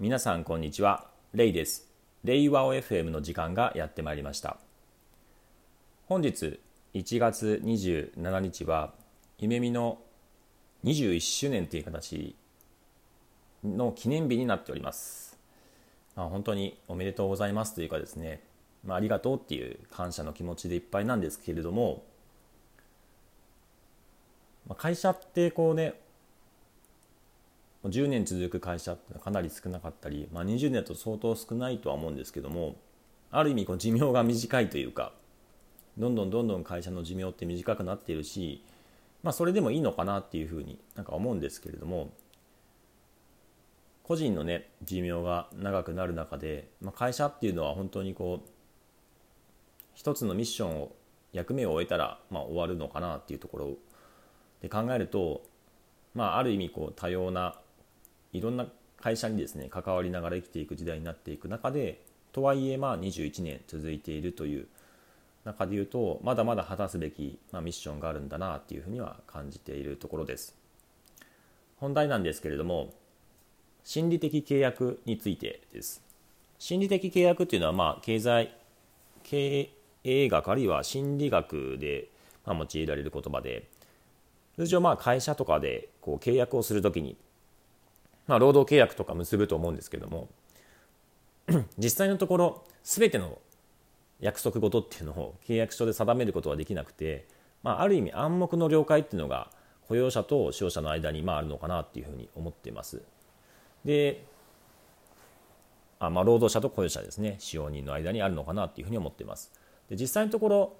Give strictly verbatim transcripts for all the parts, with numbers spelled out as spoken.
皆さんこんにちは、レイです。レイワオ エフエム の時間がやってまいりました。本日いちがつにじゅうしちにちは夢見のにじゅういっしゅうねんという形の記念日になっております。まあ、本当におめでとうございますというかですね、まあ、ありがとうっていう感謝の気持ちでいっぱいなんですけれども、まあ、会社ってこうね、じゅうねん続く会社ってかなり少なかったり、まあ、にじゅうねんだと相当少ないとは思うんですけども、ある意味こう寿命が短いというか、どんどんどんどん会社の寿命って短くなっているし、まあ、それでもいいのかなっていうふうになんか思うんですけれども、個人のね寿命が長くなる中で、まあ、会社っていうのは本当にこう一つのミッションを役目を終えたら、まあ、終わるのかなっていうところで考えると、まあ、ある意味こう多様ないろんな会社にですね関わりながら生きていく時代になっていく中で、とはいえまあにじゅういちねん続いているという中でいうと、まだまだ果たすべき、まあ、ミッションがあるんだなっていうふうには感じているところです。本題なんですけれども、心理的契約についてです。心理的契約っていうのは、まあ経済経営学あるいは心理学でまあ用いられる言葉で、通常まあ会社とかでこう契約をするときに、まあ、労働契約とか結ぶと思うんですけども、実際のところ全ての約束事っていうのを契約書で定めることはできなくて、まあ、ある意味暗黙の了解っていうのが雇用者と使用者の間にまああるのかなっていうふうに思っています。で、あまあ労働者と雇用者ですね、使用人の間にあるのかなっていうふうに思っています。で、実際のところ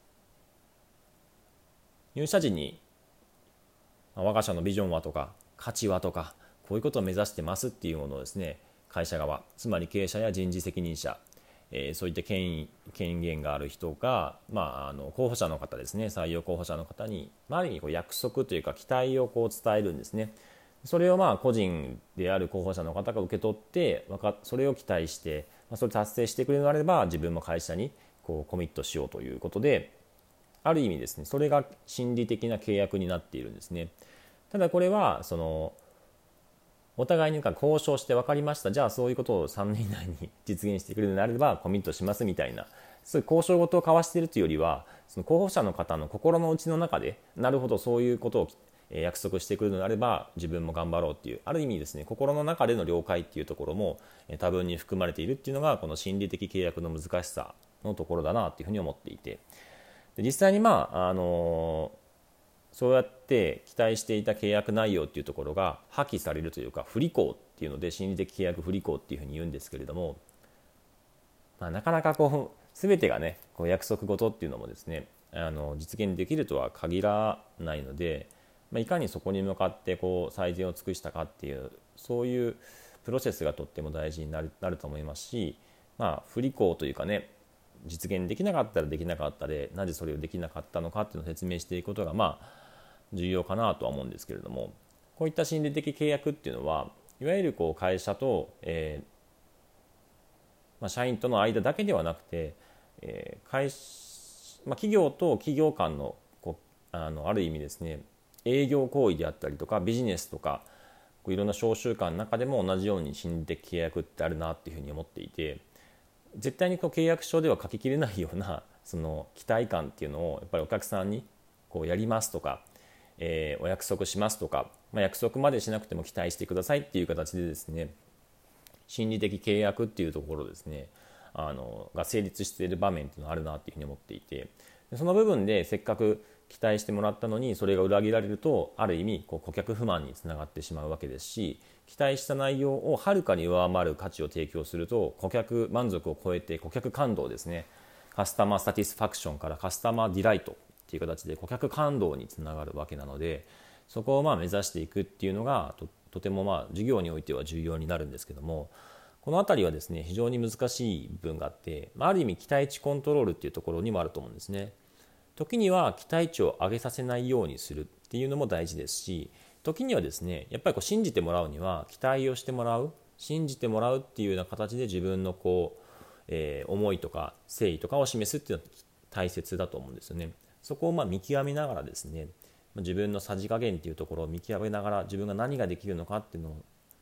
入社時に、まあ、我が社のビジョンはとか価値はとか、こういうことを目指してますっていうものをですね、会社側、つまり経営者や人事責任者、えー、そういった権威権限がある人が、まあ、あの候補者の方ですね、採用候補者の方に、まあ、ある意味こう約束というか期待をこう伝えるんですね。それをまあ個人である候補者の方が受け取って、それを期待して、それを達成してくれるのであれば、自分も会社にこうコミットしようということで、ある意味ですね、それが心理的な契約になっているんですね。ただこれはそのお互いに交渉して分かりました、じゃあそういうことをさんねん以内に実現してくれるのであればコミットしますみたいな、そういう交渉事を交わしているというよりは、その候補者の方の心の内の中で、なるほどそういうことを約束してくれるのであれば自分も頑張ろうっていう、ある意味ですね、心の中での了解っていうところも多分に含まれているっていうのが、この心理的契約の難しさのところだなというふうに思っていて、実際にまああのそうやって期待していた契約内容っていうところが破棄されるというか、不履行っていうので、心理的契約不履行っていうふうに言うんですけれども、まあ、なかなかこう全てがねこう約束事っていうのもですね、あの実現できるとは限らないので、まあ、いかにそこに向かってこう最善を尽くしたかっていう、そういうプロセスがとっても大事になる、なると思いますし、まあ、不履行というかね、実現できなかったらできなかったで、なぜそれをできなかったのかっていうのを説明していくことがまあ重要かなとは思うんですけれども、こういった心理的契約っていうのはいわゆるこう会社と、えーまあ、社員との間だけではなくて、えー会まあ、企業と企業間の、こう あのある意味ですね、営業行為であったりとかビジネスとか、こういろんな商習慣の中でも同じように心理的契約ってあるなっていうふうに思っていて、絶対にこう契約書では書ききれないようなその期待感っていうのをやっぱりお客さんにこうやりますとか、えー、お約束しますとか、まあ、約束までしなくても期待してくださいっていう形でですね、心理的契約っていうところですね、あのが成立している場面っていうのがあるなっていうふうに思っていて、その部分でせっかく期待してもらったのにそれが裏切られると、ある意味こう顧客不満につながってしまうわけですし、期待した内容をはるかに上回る価値を提供すると、顧客満足を超えて顧客感動ですね、カスタマーサティスファクションからカスタマーディライトっていう形で顧客感動につながるわけなので、そこをまあ目指していくっていうのが と, とてもまあ事業においては重要になるんですけども、このあたりはですね非常に難しい部分があって、ある意味期待値コントロールっていうところにもあると思うんですね。時には期待値を上げさせないようにするっていうのも大事ですし、時にはですねやっぱりこう信じてもらうには期待をしてもらう、信じてもらうっていうような形で自分のこう、えー、思いとか誠意とかを示すっていうのは大切だと思うんですよね。そこをまあ見極めながらですね、自分のさじ加減っていうところを見極めながら、自分が何ができるのかっていうのを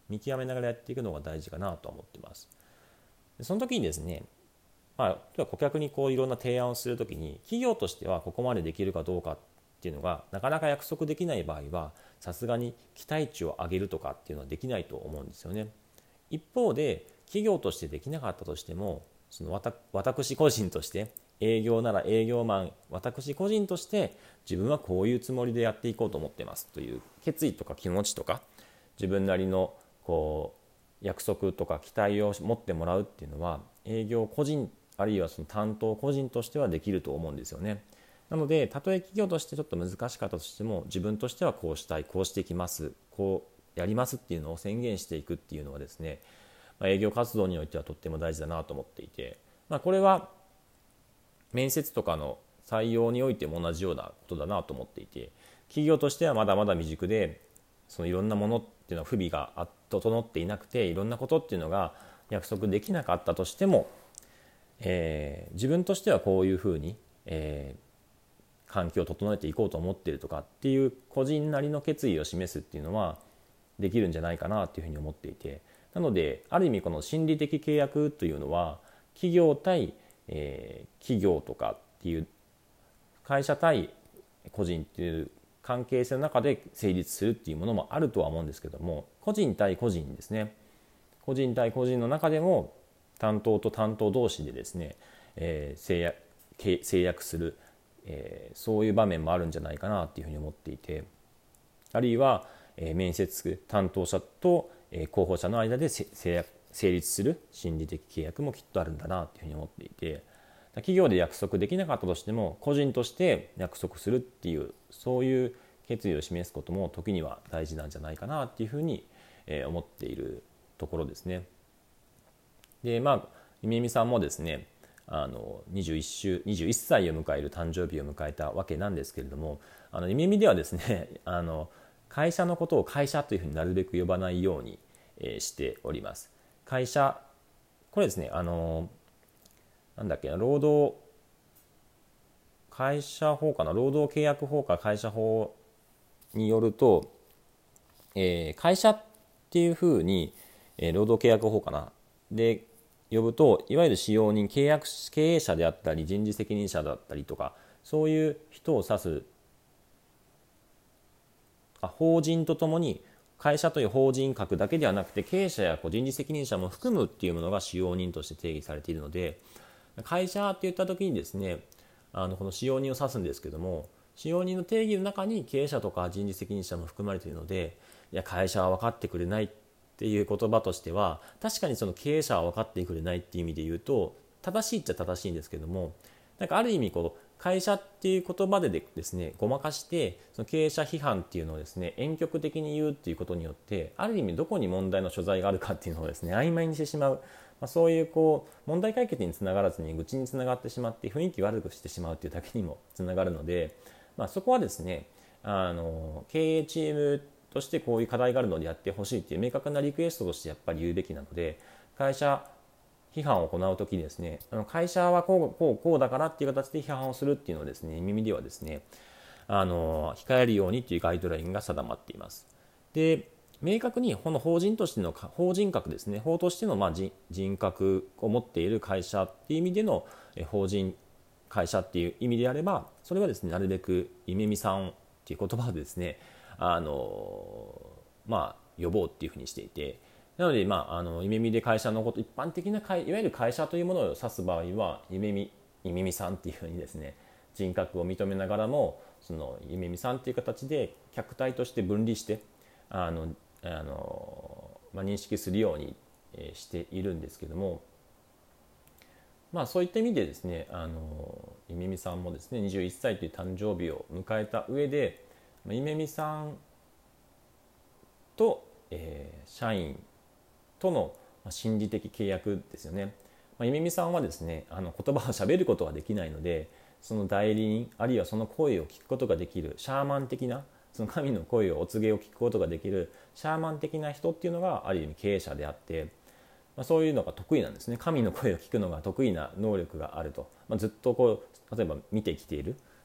見極めながらやっていくのが大事かなと思ってます。でその時にですね、まあ、例えば顧客にこういろんな提案をするときに企業としてはここまでできるかどうかっていうのがなかなか約束できない場合はさすがに期待値を上げるとかっていうのはできないと思うんですよね。一方で企業としてできなかったとしてもその私個人として営業なら営業マン私個人として自分はこういうつもりでやっていこうと思ってますという決意とか気持ちとか自分なりのこう約束とか期待を持ってもらうっていうのは営業個人あるいはその担当個人としてはできると思うんですよね。なのでたとえ企業としてちょっと難しかったとしても自分としてはこうしたいこうしていきますこうやりますっていうのを宣言していくっていうのはですね、まあ、営業活動においてはとっても大事だなと思っていて、まあ、これは面接とかの採用においても同じようなことだなと思っていて企業としてはまだまだ未熟でそのいろんなものっていうのは不備が整っていなくていろんなことっていうのが約束できなかったとしてもえー、自分としてはこういうふうに、えー、環境を整えていこうと思っているとかっていう個人なりの決意を示すっていうのはできるんじゃないかなというふうに思っていてなのである意味この心理的契約というのは企業対、えー、企業とかっていう会社対個人っていう関係性の中で成立するっていうものもあるとは思うんですけども個人対個人ですね個人対個人の中でも担当と担当同士でですね、えー、制約、制約する、えー、そういう場面もあるんじゃないかなというふうに思っていてあるいは、えー、面接担当者と、えー、候補者の間で制約成立する心理的契約もきっとあるんだなというふうに思っていて企業で約束できなかったとしても個人として約束するっていうそういう決意を示すことも時には大事なんじゃないかなというふうに思っているところですね。でまあゆみみさんもですねあのにじゅういっ週にじゅういっさいを迎える誕生日を迎えたわけなんですけれどもあのゆみみではですねあの会社のことを会社というふうになるべく呼ばないように、えー、しております。会社これですねあのなんだっけな労働会社法かな労働契約法か会社法によると、えー、会社っていうふうに、えー、労働契約法かなで呼ぶといわゆる使用人契約経営者であったり人事責任者だったりとかそういう人を指すあ法人とともに会社という法人格だけではなくて経営者や人事責任者も含むっていうものが使用人として定義されているので会社って言った時にですねあのこの使用人を指すんですけども使用人の定義の中に経営者とか人事責任者も含まれているのでいや会社は分かってくれないっていう言葉としては確かにその経営者は分かってくれないっていう意味で言うと正しいっちゃ正しいんですけどもなんかある意味こう会社っていう言葉でですねごまかしてその経営者批判っていうのをですね婉曲的に言うっていうことによってある意味どこに問題の所在があるかっていうのをですね曖昧にしてしまう、まあ、そういうこう問題解決につながらずに愚痴につながってしまって雰囲気悪くしてしまうっていうだけにもつながるので、まあ、そこはですねあの経営チームとしてこういう課題があるのでやってほしいっていう明確なリクエストとしてやっぱり言うべきなので会社批判を行うときにですね会社はこうこうこうだからっていう形で批判をするっていうのをですね耳ではですねあの控えるようにというガイドラインが定まっています。で明確にこの法人としての法人格ですね法としてのまあ人人格を持っている会社っていう意味での法人会社っていう意味であればそれはですねなるべくゆめみさんっていう言葉でですねあのまあ呼ぼうっていうふうにしていてなので、まあ、あの夢見で会社のこと一般的な会いわゆる会社というものを指す場合は夢見夢見さんっていうふうにですね人格を認めながらもその夢見さんっていう形で客体として分離してあのあの、まあ、認識するようにしているんですけども、まあ、そういった意味でですねあの夢見さんもですねにじゅういっさいという誕生日を迎えた上で夢見さんと、えー、社員との心理的契約ですよね。まあ、ゆめみさんはですねあの言葉をしゃべることはできないのでその代理人あるいはその声を聞くことができるシャーマン的なその神の声をお告げを聞くことができるシャーマン的な人っていうのがある意味経営者であって、まあ、そういうのが得意なんですね。神の声を聞くのが得意な能力があると、まあ、ずっとこう例えば見てきている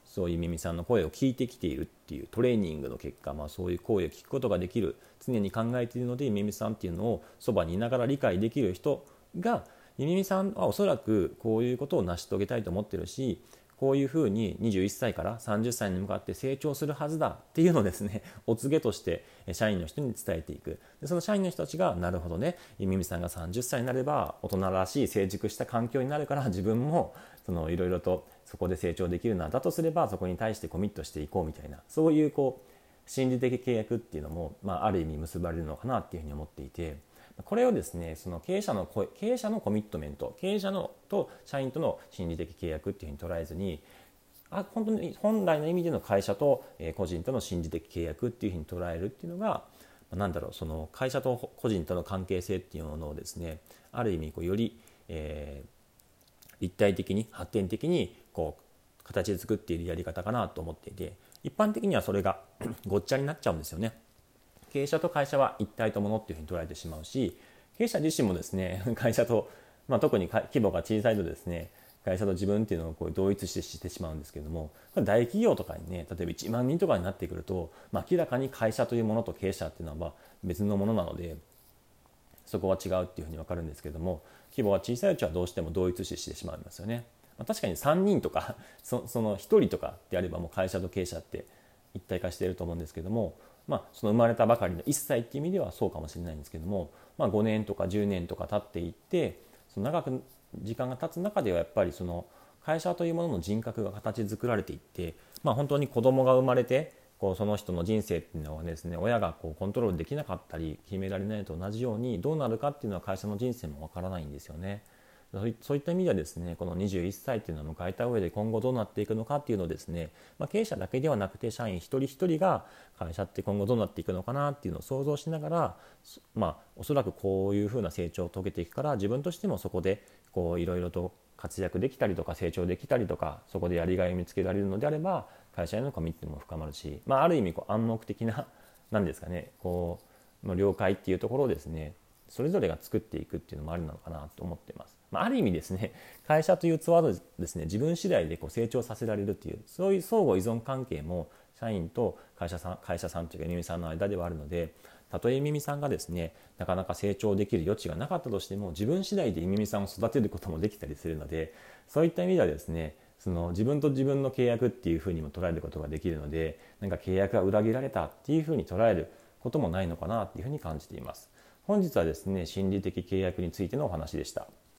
そういうミミさんの声を聞いてきているっていうトレーニングの結果、まあ、そういう声を聞くことができる、常に考えているのでミミさんっていうのをそばにいながら理解できる人が、ミミさんはおそらくこういうことを成し遂げたいと思ってるし、こういうふうににじゅういっさいからさんじゅっさいに向かって成長するはずだっていうのをですね、お告げとして社員の人に伝えていく。でその社員の人たちが、なるほどね、ミミさんがさんじゅっさいになれば大人らしい成熟した環境になるから、自分もそのいろいろとそこで成長できるな、だとすればそこに対してコミットしていこうみたいな、そういうこう心理的契約っていうのも、まあ、ある意味結ばれるのかなっていうふうに思っていて、これをですね、その経営者の経営者のコミットメント、経営者のと社員との心理的契約っていうふうに捉えずに、あ本当に本来の意味での会社と個人との心理的契約っていうふうに捉えるっていうのが、なんだろう、その会社と個人との関係性っていうものをですね、ある意味こうより、えー、立体的に発展的にこう形で作っているやり方かなと思っていて、一般的にはそれがごっちゃになっちゃうんですよね。経営者と会社は一体とものっていうふうに捉えてしまうし、経営者自身もですね、会社と、まあ、特に規模が小さいとですね、会社と自分っていうのをこう同一してしてしまうんですけども、大企業とかにね、例えばいちまんにんとかになってくると、まあ、明らかに会社というものと経営者っていうのはまあ別のものなので、そこは違うっていうふうに分かるんですけども、規模が小さいうちはどうしても同一視してしまいますよね。まあ、確かにさんにんとか そ, そのひとりとかであればもう会社と経営者って一体化していると思うんですけども、まあ、その生まれたばかりのいっさいっていう意味ではそうかもしれないんですけども、まあ、ごねんとかじゅうねんとか経っていって、その長く時間が経つ中ではやっぱりその会社というものの人格が形作られていって、まあ、本当に子供が生まれてこうその人の人生っていうのはですね、親がこうコントロールできなかったり決められないと同じようにどうなるかっていうのは会社の人生もわからないんですよね。そういった意味ではですね、このにじゅういっさいっていうのを迎えた上で今後どうなっていくのかっていうのをですね、まあ、経営者だけではなくて社員一人一人が会社って今後どうなっていくのかなっていうのを想像しながら、まあ、おそらくこういうふうな成長を遂げていくから、自分としてもそこでこういろいろと活躍できたりとか成長できたりとか、そこでやりがいを見つけられるのであれば会社へのコミットも深まるし、まあ、ある意味こう暗黙的な何ですかね、こう、まあ、了解っていうところをですね、それぞれが作っていくっていうのもありなのかなと思っています。まあ、ある意味ですね、会社というツアーですね、自分次第でこう成長させられるっていう、そういう相互依存関係も社員と会社さん会社さんというかミミさんの間ではあるので、たとえミミさんがですね、なかなか成長できる余地がなかったとしても、自分次第でミミさんを育てることもできたりするので、そういった意味ではですね、その自分と自分の契約っていうふうにも捉えることができるので、なんか契約が裏切られたっていうふうに捉えることもないのかなっていうふうに感じています。本日はですね、心理的契約についてのお話でした。